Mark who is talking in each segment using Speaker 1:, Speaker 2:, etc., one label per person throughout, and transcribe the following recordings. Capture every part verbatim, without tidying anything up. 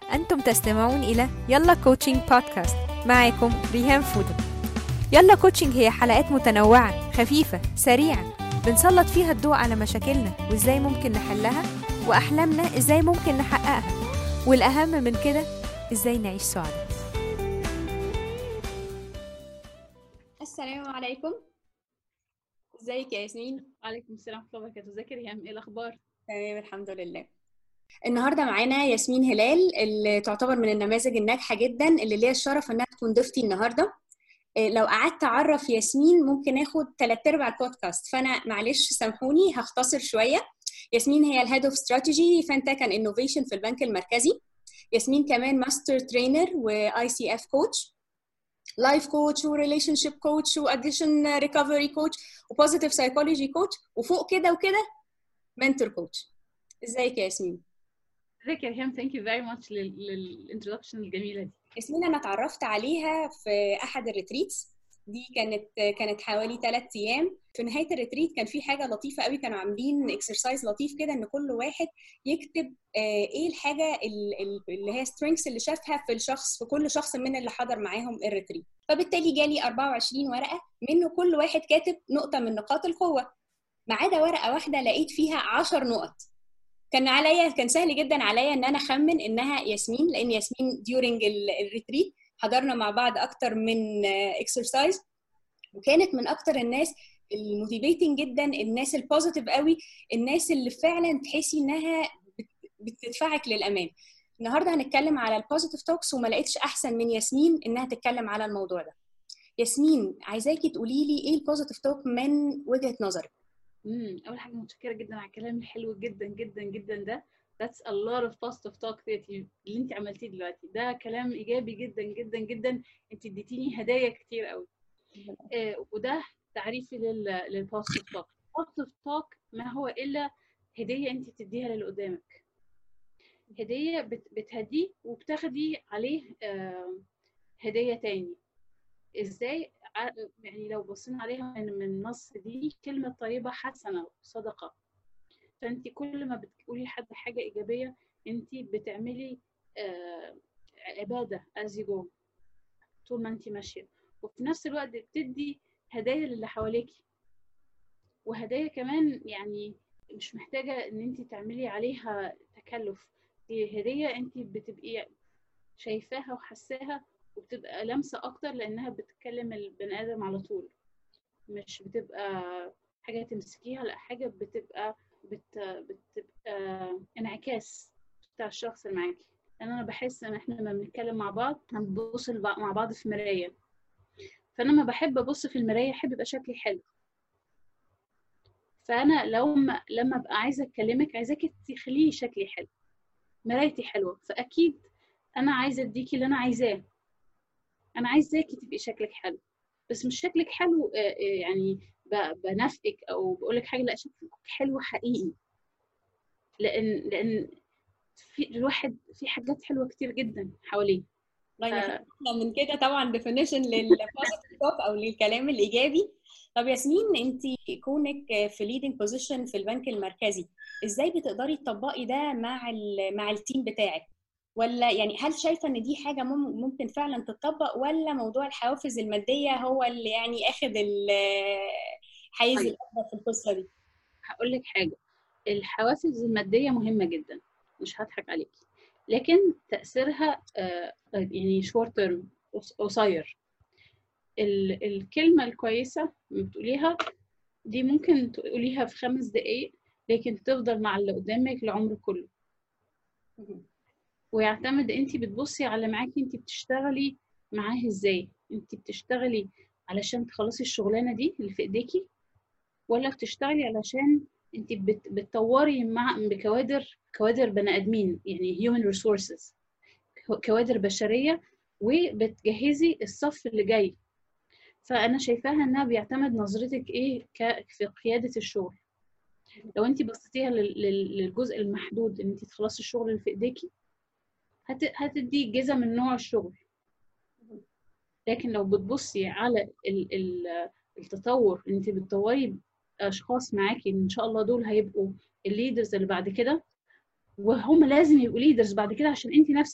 Speaker 1: أنتم تستمعون إلى يلا كوتشنج بودكاست. معكم ريهام فودة. يلا كوتشنج هي حلقات متنوعة خفيفة سريعة بنسلط فيها الضوء على مشاكلنا وإزاي ممكن نحلها، وأحلامنا إزاي ممكن نحققها، والأهم من كده إزاي نعيش سعادة.
Speaker 2: السلام عليكم. ازيك يا ياسمين؟
Speaker 3: وعليكم السلام ورحمه الله وبركاته. ازيك يا ريهام؟ ايه الاخبار؟
Speaker 2: تمام الحمد لله. النهارده معانا ياسمين هلال اللي تعتبر من النماذج الناجحه جدا اللي ليا الشرف انها تكون ضيفتي النهارده. إيه، لو قعدت اعرف ياسمين ممكن اخد ثلاث ارباع البودكاست، فانا معلش سامحوني هختصر شويه. ياسمين هي الهيد اوف استراتيجي فانتك اند انوفيشن في البنك المركزي. ياسمين كمان ماستر ترينر واي سي اف كوتش، لايف كوتش وريليشن شيب كوتش واديشن ريكفري كوتش وبوزيتيف سايكولوجي كوتش، وفوق كده وكده منتور كوتش. ازيك يا ياسمين؟
Speaker 3: ازيك يا ريهام؟ ثانك يو فيري ماتش للانترودكشن الجميله دي.
Speaker 2: ياسمين انا اتعرفت عليها في احد الريتريتس دي، كانت كانت حوالي ثلاث ايام. في نهايه الريتريت كان في حاجه لطيفه قوي، كانوا عاملين اكسرسايز لطيف كده ان كل واحد يكتب ايه الحاجه اللي هي سترينجز اللي شافها في الشخص، في كل شخص من اللي حضر معاهم الريتريت. فبالتالي جالي أربعة وعشرين ورقه، منه كل واحد كاتب نقطه من نقاط القوه، ما عدا ورقه واحده لقيت فيها عشر نقط. كان عليا كان سهل جدا عليا ان انا اخمن انها ياسمين، لان ياسمين ديورنج الريتريت حضرنا مع بعض اكتر من اكسرسايز، وكانت من اكتر الناس الموتيفيتنج جدا، الناس البوزيتيف قوي، الناس اللي فعلا تحسي انها بتدفعك للامام. النهارده هنتكلم على البوزيتيف توكس، وما لقيتش احسن من ياسمين انها تتكلم على الموضوع ده. ياسمين عايزاكي تقولي لي ايه البوزيتيف توك من وجهة نظرك؟
Speaker 3: امم اول حاجه متشكره جدا على الكلام الحلو جدا جدا جدا ده. That's a lot of positive talk that you اللي انت عملتيه دلوقتي ده كلام ايجابي جدا جدا جدا. انت اديتيني هدايا كتير قوي. آه وده تعريفي لل للبوزيتيف توك. positive توك ما هو الا هديه انت بتديها للي قدامك، هديه بت بتهديه وبتاخدي عليه آه هديه تاني. ازاي؟ يعني لو بصينا عليها من النص دي، كلمة طيبة حسنة صدقة. فانت كل ما بتقولي لحد حاجة إيجابية انت بتعملي آه عبادة as you go طول ما انت ماشية، وفي نفس الوقت بتدي هدايا للي حواليكي، وهدايا كمان يعني مش محتاجة ان انت تعملي عليها تكلف. دي هدية انت بتبقي شايفاها وحساها وبتبقى لمسة أكتر، لأنها بتتكلم البني آدم على طول، مش بتبقى حاجة تمسكيها، لا حاجة بتبقى بت... بتبقى انعكاس بتاع الشخص اللي معاكي. لأن أنا بحس إن إحنا لما بنتكلم مع بعض هنبص مع بعض في مراية، فأنا ما بحب أبص في المراية أحب يبقى شكلي حلو. فأنا لو ما... لما أبقى عايزة أكلمك عايزاكي تخليه شكلي حلو، مرايتي حلوة، فأكيد أنا عايزة أديكي اللي أنا عايزاه. انا عايزاكي تبقي شكلك حلو، بس مش شكلك حلو يعني بنافقك او بقولك حاجه، لا شكلك حلو حقيقي. لان لان في الواحد في حاجات حلوه كتير جدا حواليه.
Speaker 2: والله احنا من كده طبعا ديفينيشن للبوزيتيف توك او للكلام الايجابي. طب ياسمين، انت كونك في ليدنج بوزيشن في البنك المركزي، ازاي بتقدري تطبقي ده مع مع التيم بتاعك؟ ولا يعني هل شايفه ان دي حاجه ممكن فعلا تتطبق، ولا موضوع الحوافز الماديه هو اللي يعني اخذ الحيز الاكبر في القصه دي؟
Speaker 3: هقول لك حاجه، الحوافز الماديه مهمه جدا مش هضحك عليكي، لكن تاثيرها يعني شورت تيرم، قصير. الكلمه الكويسه بتقوليها دي ممكن تقوليها في خمس دقايق، لكن تفضل مع اللي قدامك العمر كله. ويعتمد انت بتبصي على معاكي انت بتشتغلي معاه ازاي. انت بتشتغلي علشان تخلصي الشغلانه دي اللي في ايديكي، ولا بتشتغلي علشان انت بت... بتطوري مع بكوادر كوادر بني ادمين، يعني human resources، كوادر بشريه، وبتجهزي الصف اللي جاي. فانا شايفاها انها بيعتمد نظرتك ايه ك... في قياده الشغل. لو انت بصيتيها لل... للجزء المحدود ان انت تخلصي الشغل اللي في ايديكي، هت... هتدي جزء من نوع الشغل. لكن لو بتبصي على ال... ال... التطور، انت بتطوري اشخاص معاكي ان شاء الله دول هيبقوا الليدرز اللي بعد كده، وهم لازم يبقوا ليدرز بعد كده عشان انت نفسك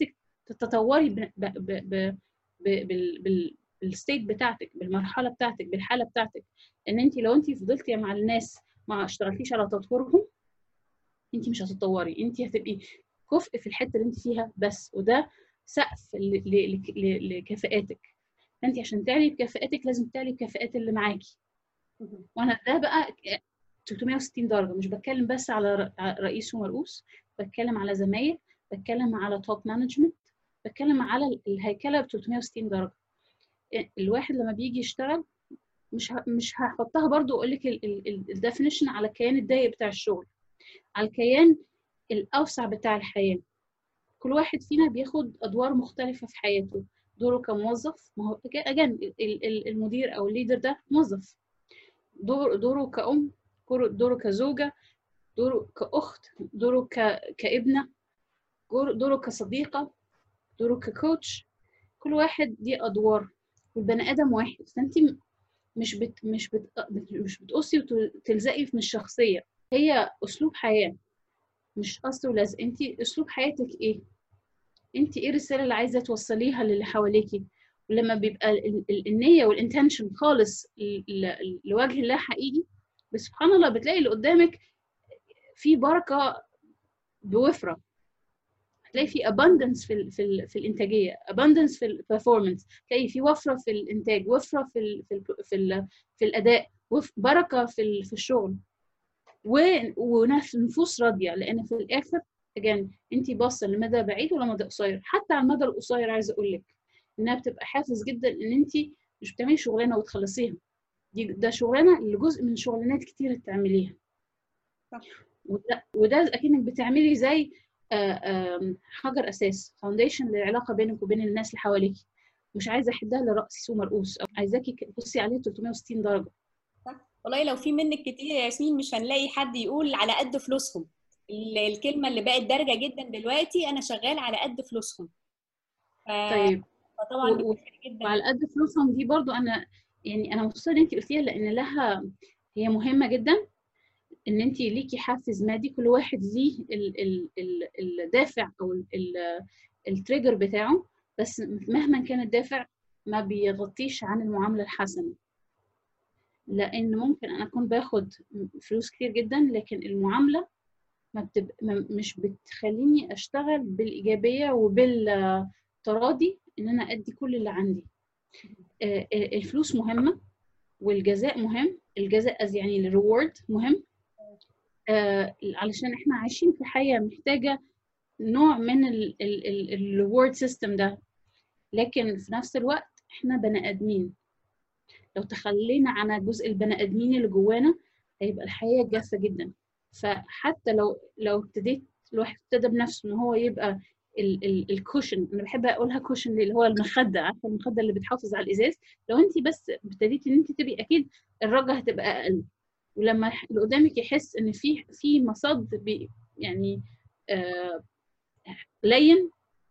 Speaker 3: تتطوري ب ب ب ب بال بال بالستيت بتاعتك، بالمرحله بتاعتك، بالحاله بتاعتك. ان انت لو انت فضلتي مع الناس ما اشتغلتيش على تطويرهم، انت مش هتتطوري، انت هتبقي كفء في الحته اللي انت فيها بس، وده سقف لكفاءاتك. فانت عشان تعلي بكفاءاتك لازم تعلي بكفاءات اللي معاكي. وانا ده بقى ثلاثمية وستين درجه، مش بتكلم بس على رئيس ومرؤوس، بتكلم على زمايل، بتكلم على توب مانجمنت، بتكلم على الهيكله ب ثلاثمية وستين درجه. الواحد لما بيجي يشتغل مش ه... مش هحطها برضو اقول لك الديفينيشن على الكيان الضيق بتاع الشغل، على الكيان الاوسع بتاع الحياه. كل واحد فينا بياخد ادوار مختلفه في حياته. دوره كموظف، ما هو اجان المدير او الليدر ده موظف، دور دوره كأم، دوره كزوجه، دوره كأخت، دوره ك... كابنه، دوره كصديقه، دوره ككوتش. كل واحد دي ادوار، والبني ادم واحد. فانت مش بت مش بت مش بتقصي وتلزقي من الشخصيه، هي اسلوب حياه مش قص ولزق. انت اسلوب حياتك ايه؟ انت ايه الرساله اللي عايزه توصليها للي حواليكي؟ ولما بيبقى النيه والانتنشن خالص لوجه الله حقيقي، بس سبحان الله بتلاقي اللي قدامك في بركه بوفره، تلاقي في abundance في ال في ال في الانتاجيه، abundance في البرفورمانس، تلاقي في وفره في الانتاج، وفره في ال في ال في, ال في الاداء، بركه في في الشغل، ونفوس راضيه. لان في الاخر again انت باصه لمدى بعيد ولا مدى قصير. حتى على المدى القصير عايزه اقول لك انها بتبقى حافز جدا ان انت مش بتعملي شغلانه وتخلصيها، دي ده شغلانه اللي جزء من شغلانات كتير تعمليها. وده, وده اكنك بتعملي زي حجر اساس، فاونديشن للعلاقه بينك وبين الناس اللي حواليك. مش عايزه احدها لرأس ومرؤوس، او عايزاكي تبصي عليه ثلاثمية وستين درجه.
Speaker 2: صح والله. لو في منك كتير يا ياسمين مش هنلاقي حد يقول على قد فلوسهم. الكلمه اللي بقت دارجه جدا دلوقتي، انا شغال على قد فلوسهم. ف...
Speaker 3: طيب
Speaker 2: فطبعا
Speaker 3: و...
Speaker 2: جدا.
Speaker 3: وعلى قد فلوسهم دي برضو انا يعني انا مبسوطه ان انت قلتيها، لان لها هي مهمه جدا. ان انت ليكي حافز مادي، كل واحد ليه ال ال ال الدافع او التريجر بتاعه، بس مهما كان الدافع ما بيغطيش عن المعامله الحسنه. لان ممكن انا اكون باخد فلوس كتير جدا، لكن المعامله ما بتبقى مش بتخليني اشتغل بالايجابيه وبالتراضي ان انا ادي كل اللي عندي. الفلوس مهمه، والجزاء مهم. الجزاء يعني الريورد مهم، آه علشان احنا عايشين في حياة محتاجة نوع من الريورد سيستم ده. لكن في نفس الوقت احنا بني ادمين، لو تخلينا عن الجزء البني ادمين اللي جوانا هيبقى الحياة جافة جدا. فحتى لو لو ابتديت الواحد ابتدى بنفسه ان هو يبقى الكوشن، انا بحب اقولها كوشن اللي هو المخده، عارفه المخده اللي بتحافظ على الازاز. لو انت بس ابتديتي ان انت تبقي، اكيد الرجه هتبقى اقل. ولما اللي قدامك يحس ان في في مصد بي يعني آه لين،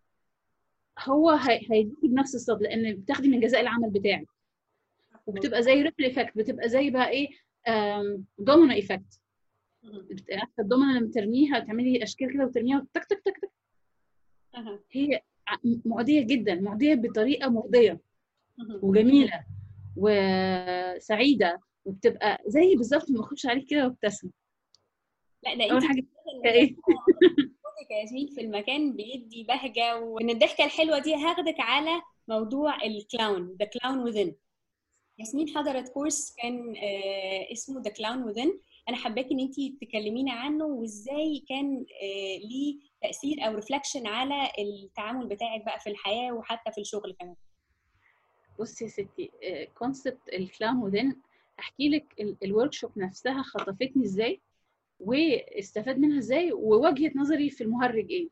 Speaker 3: هو هيديكي بنفس الصد، لان بتاخدي من جزاء العمل بتاعك. وبتبقى زي ريبل ايفكت، بتبقى زي بقى ايه دومينو ايفكت. عارفه الدومينو لما ترميها تعملي اشكال كده وترميها تك تك تك تك، هي معديه جدا، معديه بطريقه مرضيه وجميله وسعيده، وبتبقى زي بالظبط ما اخش عليك كده وابتسم.
Speaker 2: لا ده
Speaker 3: اول
Speaker 2: انت
Speaker 3: حاجه ايه
Speaker 2: يا ياسمين في المكان بيدي بهجه. ومن الضحكه الحلوه دي هاخدك على موضوع الكلاون، ذا كلاون وذن. ياسمين حضرت كورس كان آه اسمه ذا كلاون وذن. انا حباكي ان انت تكلمينا عنه، وازاي كان آه ليه تاثير او ريفلكشن على التعامل بتاعك بقى في الحياه وحتى في الشغل كمان.
Speaker 3: بصي يا ستي، كونسبت الكلاون وذن احكي لك الورك شوب نفسها خطفتني ازاي واستفاد منها ازاي، ووجهه نظري في المهرج ايه.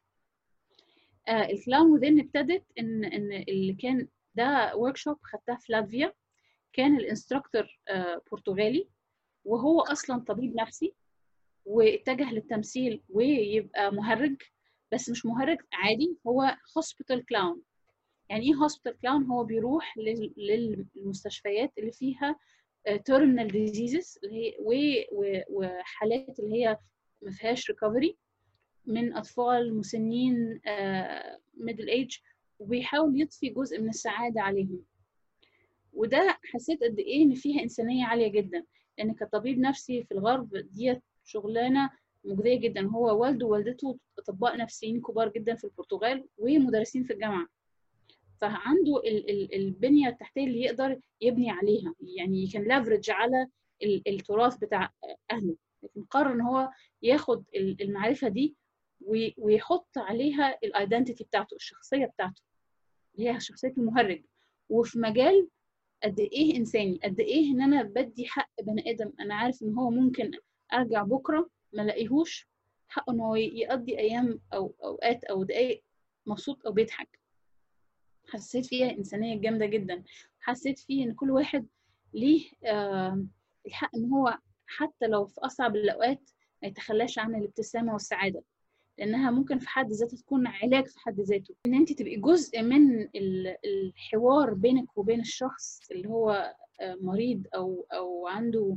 Speaker 3: آه الكلاون وذن ابتدت ان ان اللي كان ده ورك شوب خدتها في لاتفيا. كان الانستراكتور آه برتغالي، وهو اصلا طبيب نفسي، واتجه للتمثيل ويبقى مهرج، بس مش مهرج عادي، هو هوسبيتال كلاون. يعني ايه هوسبيتال كلاون؟ هو بيروح للمستشفيات اللي فيها تيرمينال ديزيزز اللي هي وحالات اللي هي ما فيهاش ريكفري، من اطفال مسنين ميدل ايج وبيحاول يضفي جزء من السعادة عليهم. وده حسيت قد ايه ان فيها انسانية عالية جدا، لان كطبيب نفسي في الغرب ديت شغلانة مجزية جدا. هو والده ووالدته اطباء نفسيين كبار جدا في البرتغال ومدرسين في الجامعة، فعنده ال ال البنية التحتية اللي يقدر يبني عليها، يعني كان لافرج على ال التراث بتاع اهله، لكن قرر ان هو ياخد المعرفة دي ويحط عليها الايدنتيتي بتاعته، الشخصية بتاعته اللي هي شخصية المهرج، وفي مجال قد ايه انساني، قد ايه ان انا بدي حق بني ادم انا عارف ان هو ممكن ارجع بكره ما الاقيهوش حقه ان هو يقضي ايام او اوقات او دقايق مبسوط او بيضحك. حسيت فيها انسانيه جامده جدا، حسيت فيه ان كل واحد ليه آه الحق ان هو حتى لو في اصعب الاوقات ما يتخلاش عن الابتسامه والسعاده، لانها ممكن في حد ذاتها تكون علاج في حد ذاته، ان انت تبقي جزء من الحوار بينك وبين الشخص اللي هو مريض او او عنده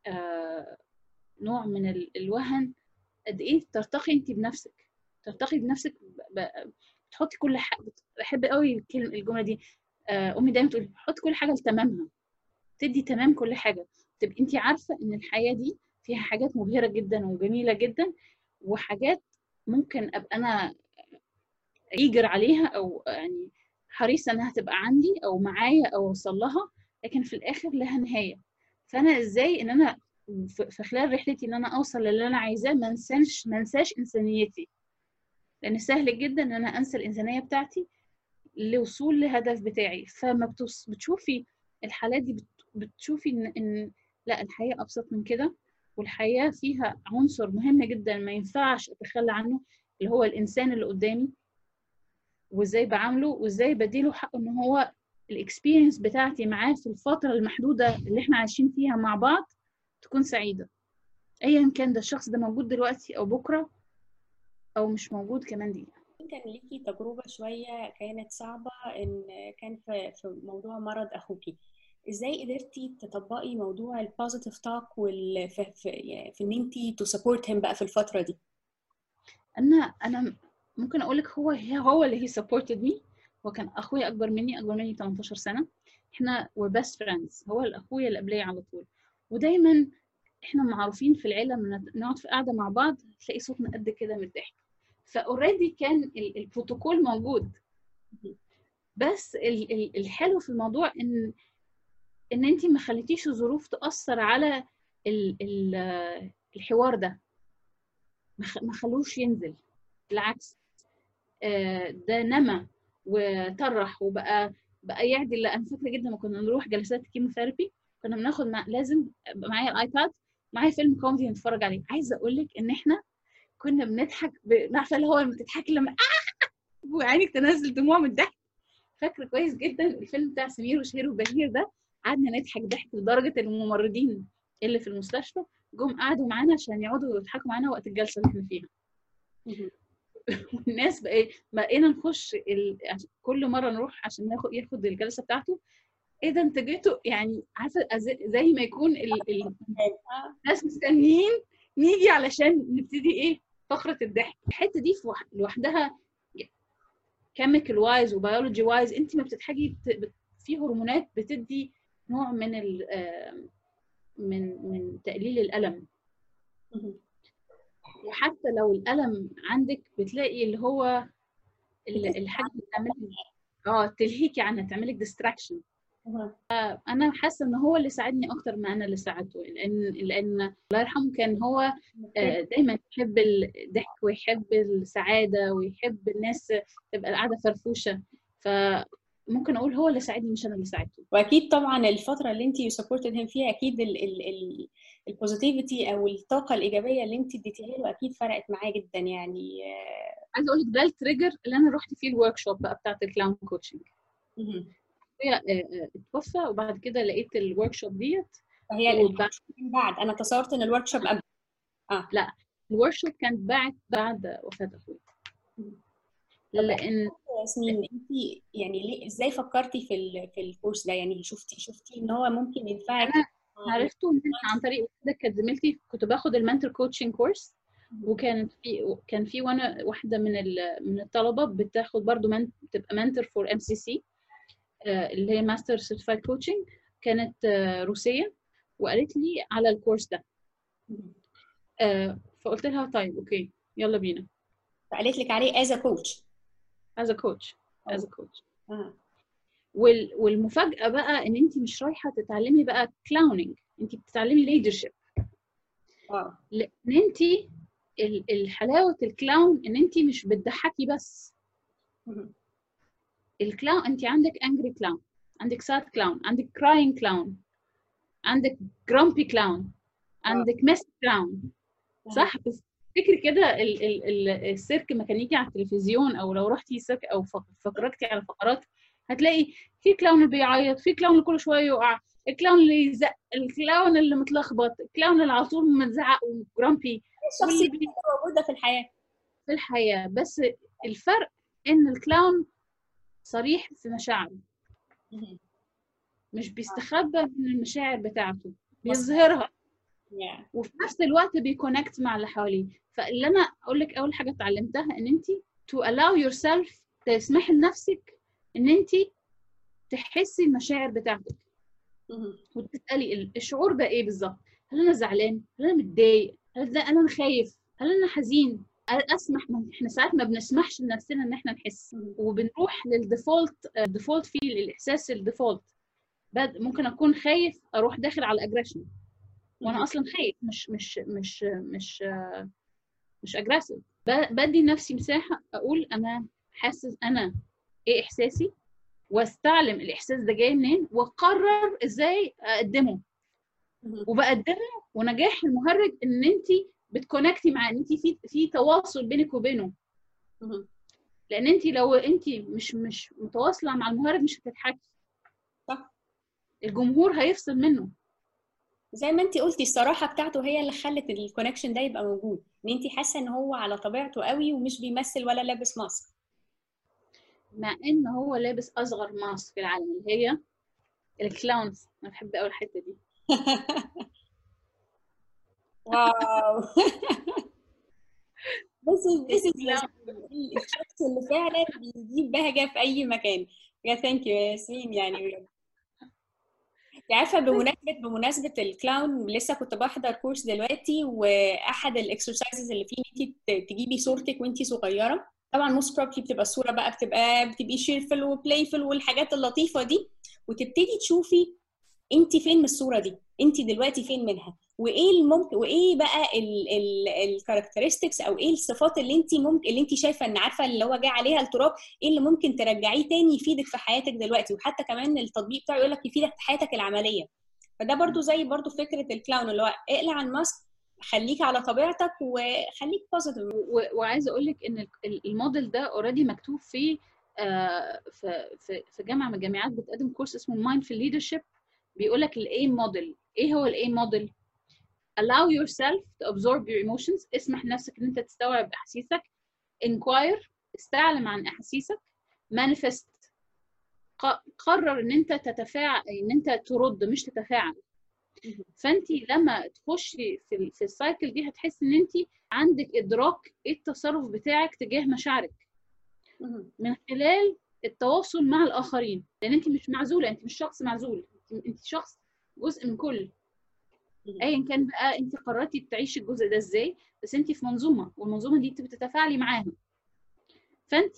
Speaker 3: نوع من الوهن. قد ايه ترتقي انت بنفسك، ترتقي بنفسك، تحطي كل حاجه. بحب قوي الكلمه الجمله دي، امي دايما تقول حطي كل حاجه لتمامها، تدي تمام كل حاجه، تبقي انت عارفه ان الحياه دي فيها حاجات مبهره جدا وجميله جدا، وحاجات ممكن ابقى انا ايجر عليها او يعني حريصه انها تبقى عندي او معايا او اوصل لها، لكن في الاخر لها نهايه. فانا ازاي ان انا في خلال رحلتي ان انا اوصل للي انا عايزاه ما انساش ما انساش انسانيتي، لان سهل جدا ان انا انسى الانسانيه بتاعتي لوصول لهدف بتاعي. فما بتشوفي الحالات دي بتشوفي ان ان لا، الحياه ابسط من كده، والحياه فيها عنصر مهم جدا ما ينفعش اتخلى عنه، اللي هو الانسان اللي قدامي، وازاي بعامله وازاي بديله حقه ان هو الاكسبيرينس بتاعتي معاه في الفتره المحدوده اللي احنا عايشين فيها مع بعض تكون سعيده، ايا كان ده الشخص ده موجود دلوقتي او بكره او مش موجود كمان دي.
Speaker 2: كان ليكي تجربه شويه كانت صعبه، ان كان في في موضوع مرض اخوكي، ازاي قدرتي تطبقي موضوع البوزيتيف توك وال في, في, في ان انت تو سبورت هيم بقى في الفتره دي؟
Speaker 3: انا انا ممكن اقول لك هو هو اللي هي سبورتد مي. هو كان اخويا اكبر مني اكبر مني تمنتاشر سنه، احنا وير بيست فريندز، هو الاخويا اللي قبليه على طول، ودايما احنا معروفين في العيله لما نقعد في قاعده مع بعض تلاقي صوتنا قد كده من الضحك، فاوريدي كان البروتوكول موجود. بس الحلو في الموضوع ان ان انت ما خليتيش الظروف تاثر على ال ال الحوار ده، ما خلوش ينزل، بالعكس ده نما وطرح وبقى بقى يعدل. انا فاكره جدا ما كنا نروح جلسات كيموثيرابي كنا بناخد مع... لازم معايا الايباد، معايا فيلم كوميدي نتفرج عليه. عايزه اقول لك ان احنا كنا بنضحك ب... عارفه اللي هو لما بتضحكي لما وعينك تنزل دموع من الضحك. فاكره كويس جدا الفيلم بتاع سمير وشهير وبهير ده، قعدنا نضحك ضحك لدرجه الممرضين اللي في المستشفى جم قعدوا معانا عشان يقعدوا يضحكوا معانا وقت الجلسه اللي احنا فيها. والناس بقى بقينا نخش ال... كل مره نروح عشان ناخد ياخد الجلسه بتاعته، ايه ده انت جيتوا، يعني عارفه زي ما يكون ال... ال... الناس مستنيين نيجي علشان نبتدي ايه فقره الضحك. الحته دي لوحدها كيميكال وايز وبيولوجي وايز انت ما بتضحكي بت... في هرمونات بتدي نوع من ال... من من تقليل الالم. وحتى لو الالم عندك بتلاقي اللي هو الحاجه اللي بتعملي اه تلهيكي عنها، تعملك ديستراكشن. انا حاسه ان هو اللي ساعدني اكتر ما انا اللي ساعدته، لان لان الله يرحمه كان هو دايما يحب الضحك ويحب السعاده ويحب الناس تبقى القعده فرفوشه، فممكن اقول هو اللي ساعدني مش انا اللي ساعدته.
Speaker 2: واكيد طبعا الفتره اللي انت سبورتد هيم فيها اكيد البوزيتيفيتي او الطاقه الايجابيه اللي انت اديتيها له اكيد فرقت معاه جدا. يعني
Speaker 3: عايزه اقول لك ده التريجر اللي انا رحت فيه الورك شوب بقى بتاعت الكلاون كوتشنج. هي اتوفى وبعد كده لقيت الورك شوب ديت.
Speaker 2: هي وبعد بعد انا تصورت ان الورك شوب قبل.
Speaker 3: اه لا الورك شوب كانت بعد بعد وفاه اخويا.
Speaker 2: لان ياسمين انت يعني ليه ازاي فكرتي في ال... في الكورس ده؟ يعني شفتي شفتي ان هو ممكن ينفعك؟
Speaker 3: انا عرفته عن طريق واحده كانت زميلتي، كنت باخد المنتور كوتشنج كورس وكانت في كان في وانا واحده من من الطلبه بتاخد برضو من بتبقى منتور فور ام سي سي اللي هي ماستر سيرتيفايد كوتشنج، كانت روسيه، وقالت لي على الكورس ده. فقلت لها طيب اوكي يلا بينا.
Speaker 2: فقالت لك عليه as a coach
Speaker 3: as a coach as a coach
Speaker 2: آه.
Speaker 3: وال والمفاجاه بقى ان انت مش رايحه تتعلمي بقى كلاونينج، انت بتتعلمي ليدرشيب.
Speaker 2: اه
Speaker 3: لان انت الحلاوه الكلاون ان انت مش بتضحكي بس. الكلاون انت عندك انجري كلاون، عندك ساد كلاون، عندك كراين كلاون، عندك جرامبي كلاون، عندك ميس كلاون، صح؟ بس فكري كده ال ال ال السيرك ما كان يجي على التلفزيون، او لو رحتي سيرك او فكرتي على فقرات هتلاقي في كلاون اللي بيعيط، في كلاون اللي كل شويه يقع، الكلاون اللي يزق، الكلاون اللي متلخبط، الكلاون اللي على طول مزعق وجرامبي.
Speaker 2: الشخصيات اللي موجوده في الحياه
Speaker 3: في الحياه بس الفرق ان الكلاون صريح في مشاعره، مش بيستخبى من المشاعر بتاعته، بيظهرها
Speaker 2: yeah.
Speaker 3: وفي نفس الوقت بيكونكت مع اللي حواليه. فاللي انا اقول لك اول حاجه اتعلمتها ان انت to allow yourself، تسمحي لنفسك ان انت تحسي المشاعر بتاعتك وتسالي الشعور ده ايه بالظبط. هل انا زعلان؟ هل انا متضايق؟ هل انا خايف؟ هل انا حزين؟ اسمح. ما احنا ساعات ما بنسمحش لنفسنا ان احنا نحس وبنروح للديفولت الديفولت فيه الاحساس الديفولت. ممكن اكون خايف اروح داخل على الاجريشن وانا اصلا خايف، مش مش مش مش مش اجريسيف. بدي نفسي مساحه اقول انا حاسس انا ايه احساسي، واستعلم الاحساس ده جاي منين، واقرر ازاي اقدمه. وبقدمه ونجاح المهرج ان انت بتكونكتي معاه، ان انت في في تواصل بينك وبينه. لان انت لو انت مش مش متواصله مع المهرج مش هتضحكي،
Speaker 2: صح؟
Speaker 3: الجمهور هيفصل منه.
Speaker 2: زي ما انت قلتي الصراحه بتاعته هي اللي خلت الكونكشن ده يبقى موجود، ان انت حاسه ان هو على طبيعته قوي ومش بيمثل ولا لابس ماسك،
Speaker 3: مع ان هو لابس اصغر ماسك في العالم اللي هي الكلاونز. انا بحب قوي الحته دي.
Speaker 2: واو بس بس الشخص اللي فعلا بيجيب بهجه في اي مكان. يا ثانك يو يا ياسمين يعني بجد. عارفه بمناسبه بمناسبه الكلاون، لسه كنت بحضر كورس دلوقتي، واحد الاكسرسايزز اللي فيه انت تجيبي صورتك وانت صغيره. طبعا موست بروبلي بتبقى الصوره بقى بتبقى بتبقي شيرفل وبلايفل والحاجات اللطيفه دي، وتبتدي تشوفي انت فين من الصوره دي، انت دلوقتي فين منها، وايه الممكن وايه بقى الكاركترستكس او ايه الصفات اللي انت ممكن اللي انت شايفه ان عارفه اللي هو جاي عليها التراب، ايه اللي ممكن ترجعيه تاني يفيدك في حياتك دلوقتي. وحتى كمان التطبيق بتاعه يقول لك يفيدك في حياتك العمليه. فده برضو زي برضو فكره الكلاون اللي هو اقلع الماسك، خليك على طبيعتك وخليك بوزيتيف.
Speaker 3: وعايزه اقول لك ان الموديل ده اوريدي مكتوب في في في جامعه من الجامعات بتقدم كورس اسمه مايندفول ليدرشيب، بيقول لك الايم موديل. ايه هو الايم موديل؟ allow yourself to absorb your emotions، اسمح لنفسك ان انت تستوعب احاسيسك. inquire، استعلم عن احاسيسك. manifest، قرر ان انت تتفاعل، ان انت ترد مش تتفاعل. فانت لما تخشي في في السايكل دي هتحس ان انت عندك ادراك ايه التصرف بتاعك تجاه مشاعرك من خلال التواصل مع الاخرين، لان انت مش معزوله، انت مش شخص معزول، انت شخص جزء من كل ايا كان بقى انت قررتي تعيشي الجزء ده ازاي، بس انت في منظومه، والمنظومه دي انت بتتفاعلي معاها. فانت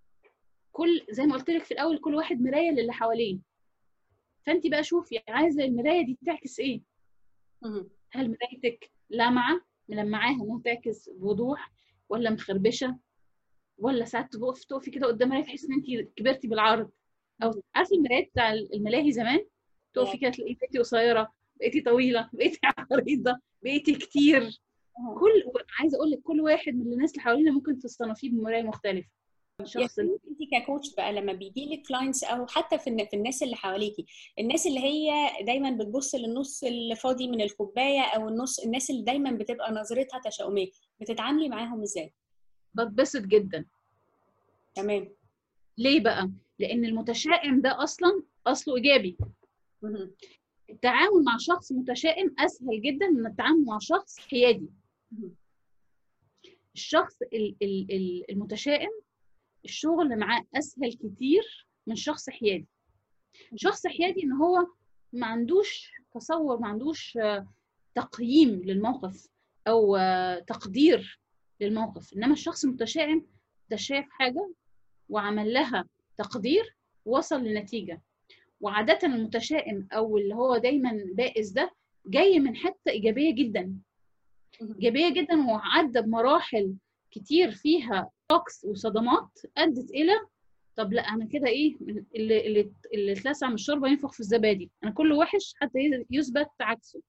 Speaker 3: كل زي ما قلت لك في الاول كل واحد مرايه للي حواليه. فانت بقى شوفي عايزه المرايه دي تعكس ايه. هل مرايتك لامعه ملمعاها انها تعكس بوضوح، ولا مخربشه، ولا ساعات تقفي تقفي كده قدام مرايه تحسي ان انت كبرتي بالعرض. او عارفه المرايات بتاع الملاهي زمان تقفي كده تلاقي بقيتي قصيره، بقيتي طويله، بقيتي عريضه، بقيتي كتير. كل عايزه اقول لك كل واحد من الناس اللي حوالينا ممكن تصنفيه بمرايه مختلفه.
Speaker 2: شخص انت ككوتش بقى لما بيجي لك كلاينتس او حتى في في الناس اللي حواليكي، الناس اللي هي دايما بتبص للنص الفاضي من الكوبايه، او النص الناس اللي دايما بتبقى نظرتها تشاؤميه، بتتعاملي معاهم ازاي؟
Speaker 3: بتبسط جدا.
Speaker 2: تمام.
Speaker 3: ليه بقى؟ لان المتشائم ده اصلا اصله ايجابي. م- التعامل مع شخص متشائم اسهل جدا من التعامل مع شخص حيادي. م- الشخص المتشائم الشغل معاه اسهل كتير من شخص حيادي. شخص حيادي ان هو ما عندوش تصور، ما عندوش تقييم للموقف او تقدير للموقف، انما الشخص المتشائم ده شاف حاجه وعمل لها تقدير ووصل لنتيجه. وعاده المتشائم او اللي هو دايما بائس ده جاي من حته ايجابيه جدا ايجابيه جدا، وعدى بمراحل كتير فيها طقس وصدمات ادت الى طب لا انا كده ايه اللي اللي اللي اتلسع من الشوربه ينفخ في الزبادي، انا كله وحش حتى يثبت عكسه.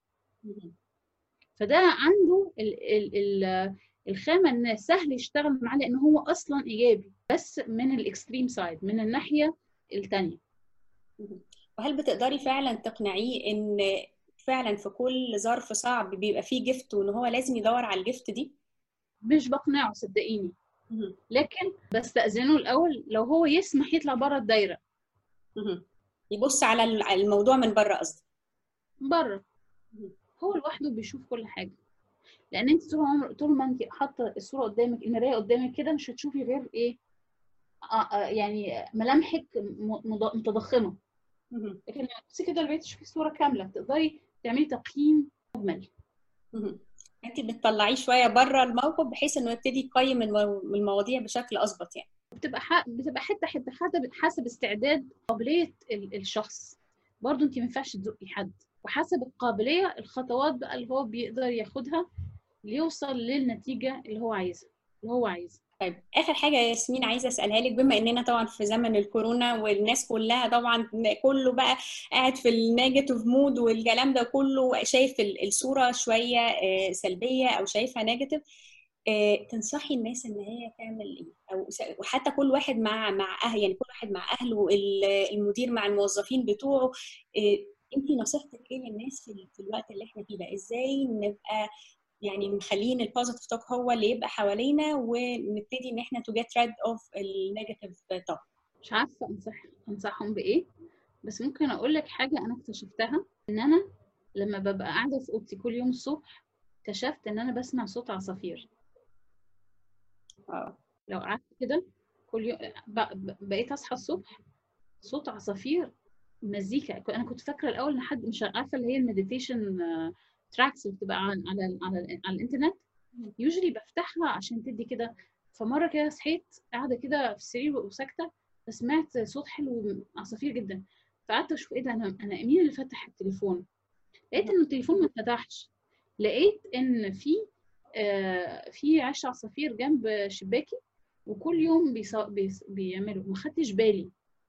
Speaker 3: فده عنده ال ال ال الخامه ان سهل يشتغل معاه لان هو اصلا ايجابي، بس من الاكستريم سايد، من الناحيه الثانيه.
Speaker 2: وهل بتقدري فعلا تقنعيه ان فعلا في كل ظرف صعب بيبقى فيه جفت وان هو لازم يدور على الجفت دي؟
Speaker 3: مش بقنعه صدقيني، لكن بستأذنه الاول لو هو يسمح يطلع بره الدايره،
Speaker 2: يبص على الموضوع من بره. قصدي بره
Speaker 3: هو لوحده بيشوف كل حاجه، لان انت طول عمر طول ما انت حاطه الصوره قدامك، المرايه قدامك كده، مش هتشوفي غير ايه آه آه يعني ملامحك متضخمه. لكن لما تبصي كده البيت تشوفي صوره كامله تقدري تعملي تقييم مجمل.
Speaker 2: انت بتطلعيه شويه بره الموقف بحيث انه يبتدي يقيم المواضيع بشكل اظبط. يعني
Speaker 3: بتبقى ح... بتبقى حته حته حته حسب استعداد قابليه الشخص. برضو انت ما ينفعش تزقي حد، وحسب القابليه الخطوات بقى اللي هو بيقدر ياخدها ليوصل للنتيجه اللي هو عايزها اللي هو عايزها.
Speaker 2: طيب اخر حاجه يا ياسمين عايزه اسالها لك، بما اننا طبعا في زمن الكورونا والناس كلها طبعا كله بقى قاعد في النيجاتيف مود والكلام ده كله، شايف الصوره شويه سلبيه او شايفها نيجاتيف، تنصحي الناس ان هي تعمل ايه؟ او وحتى كل واحد مع مع اهل يعني كل واحد مع اهله، المدير مع الموظفين بتوعه، انت نصيحتك ايه للناس في الوقت اللي احنا فيه ده؟ ازاي نبقى يعني مخلين البوزيتيف توك هو اللي يبقى حوالينا ونبتدي ان احنا تو جيت ريد اوف النيجاتيف توك؟
Speaker 3: مش عارفه انصح انصحهم بايه، بس ممكن اقول لك حاجه انا اكتشفتها، ان انا لما ببقى قاعده في اوضتي كل يوم الصبح اكتشفت ان انا بسمع صوت عصافير. اه لو قعدت كده كل يوم بقيت اصحى الصبح صوت عصافير مزيكا. انا كنت فاكره الاول ان حد مش عارفه اللي هي المديتيشن تراكس اللي بتبقى على على على, على الانترنت، يوجولي بفتحها عشان تدي كده. فمره كده صحيت قاعده كده في السرير وساكته، فسمعت صوت حلو عصافير جدا، فقعدت اشوف ايه ده، انا انا مين اللي فتح التليفون؟ لقيت ان التليفون ما اتفتحش، لقيت ان في آه في عش عصافير جنب شباكي وكل يوم بيص... بيص... بيعملوا. ما خدتش بالي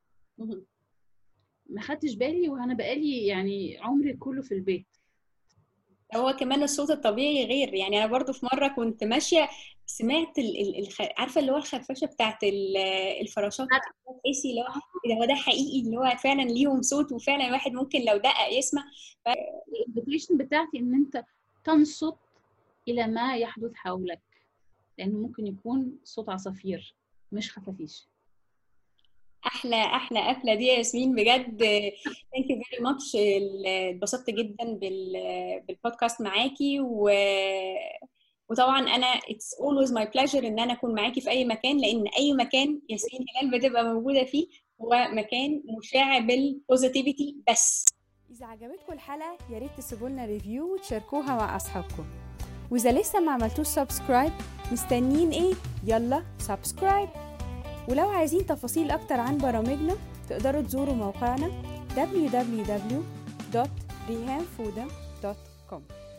Speaker 3: ما خدتش بالي وانا بقالي يعني عمري كله في البيت.
Speaker 2: هو كمان الصوت الطبيعي غير، يعني انا برضو في مره كنت ماشيه سمعت ال ال الخ... عارفه اللي هو الخرفشه بتاعت الفراشات تحسي اللي هو هو ده حقيقي، اللي هو فعلا ليهم صوت وفعلا الواحد ممكن لو دقق يسمع.
Speaker 3: ف... الانفيتيشن بتاعتي ان انت تنصت الى ما يحدث حولك، لانه ممكن يكون صوت عصافير مش خفافيش.
Speaker 2: احلى احلى قفله دي يا ياسمين بجد. ثانك يو فيري ماتش، اتبسطت جدا بالبودكاست معاكي، و وطبعا انا اتس اولويز ماي بليجر ان انا اكون معاكي في اي مكان، لان اي مكان ياسمين هلال بتبقى موجوده فيه هو مكان مشع بالبوزيتيفيتي بس.
Speaker 1: اذا عجبتكم الحلقه يا ريت تسيبوا لنا ريفيو وتشاركوها مع اصحابكم، واذا لسه ما عملتوش سبسكرايب مستنيين ايه؟ يلا سبسكرايب. ولو عايزين تفاصيل اكتر عن برامجنا تقدروا تزوروا موقعنا دبليو دبليو دبليو دوت ريهام فودة دوت كوم.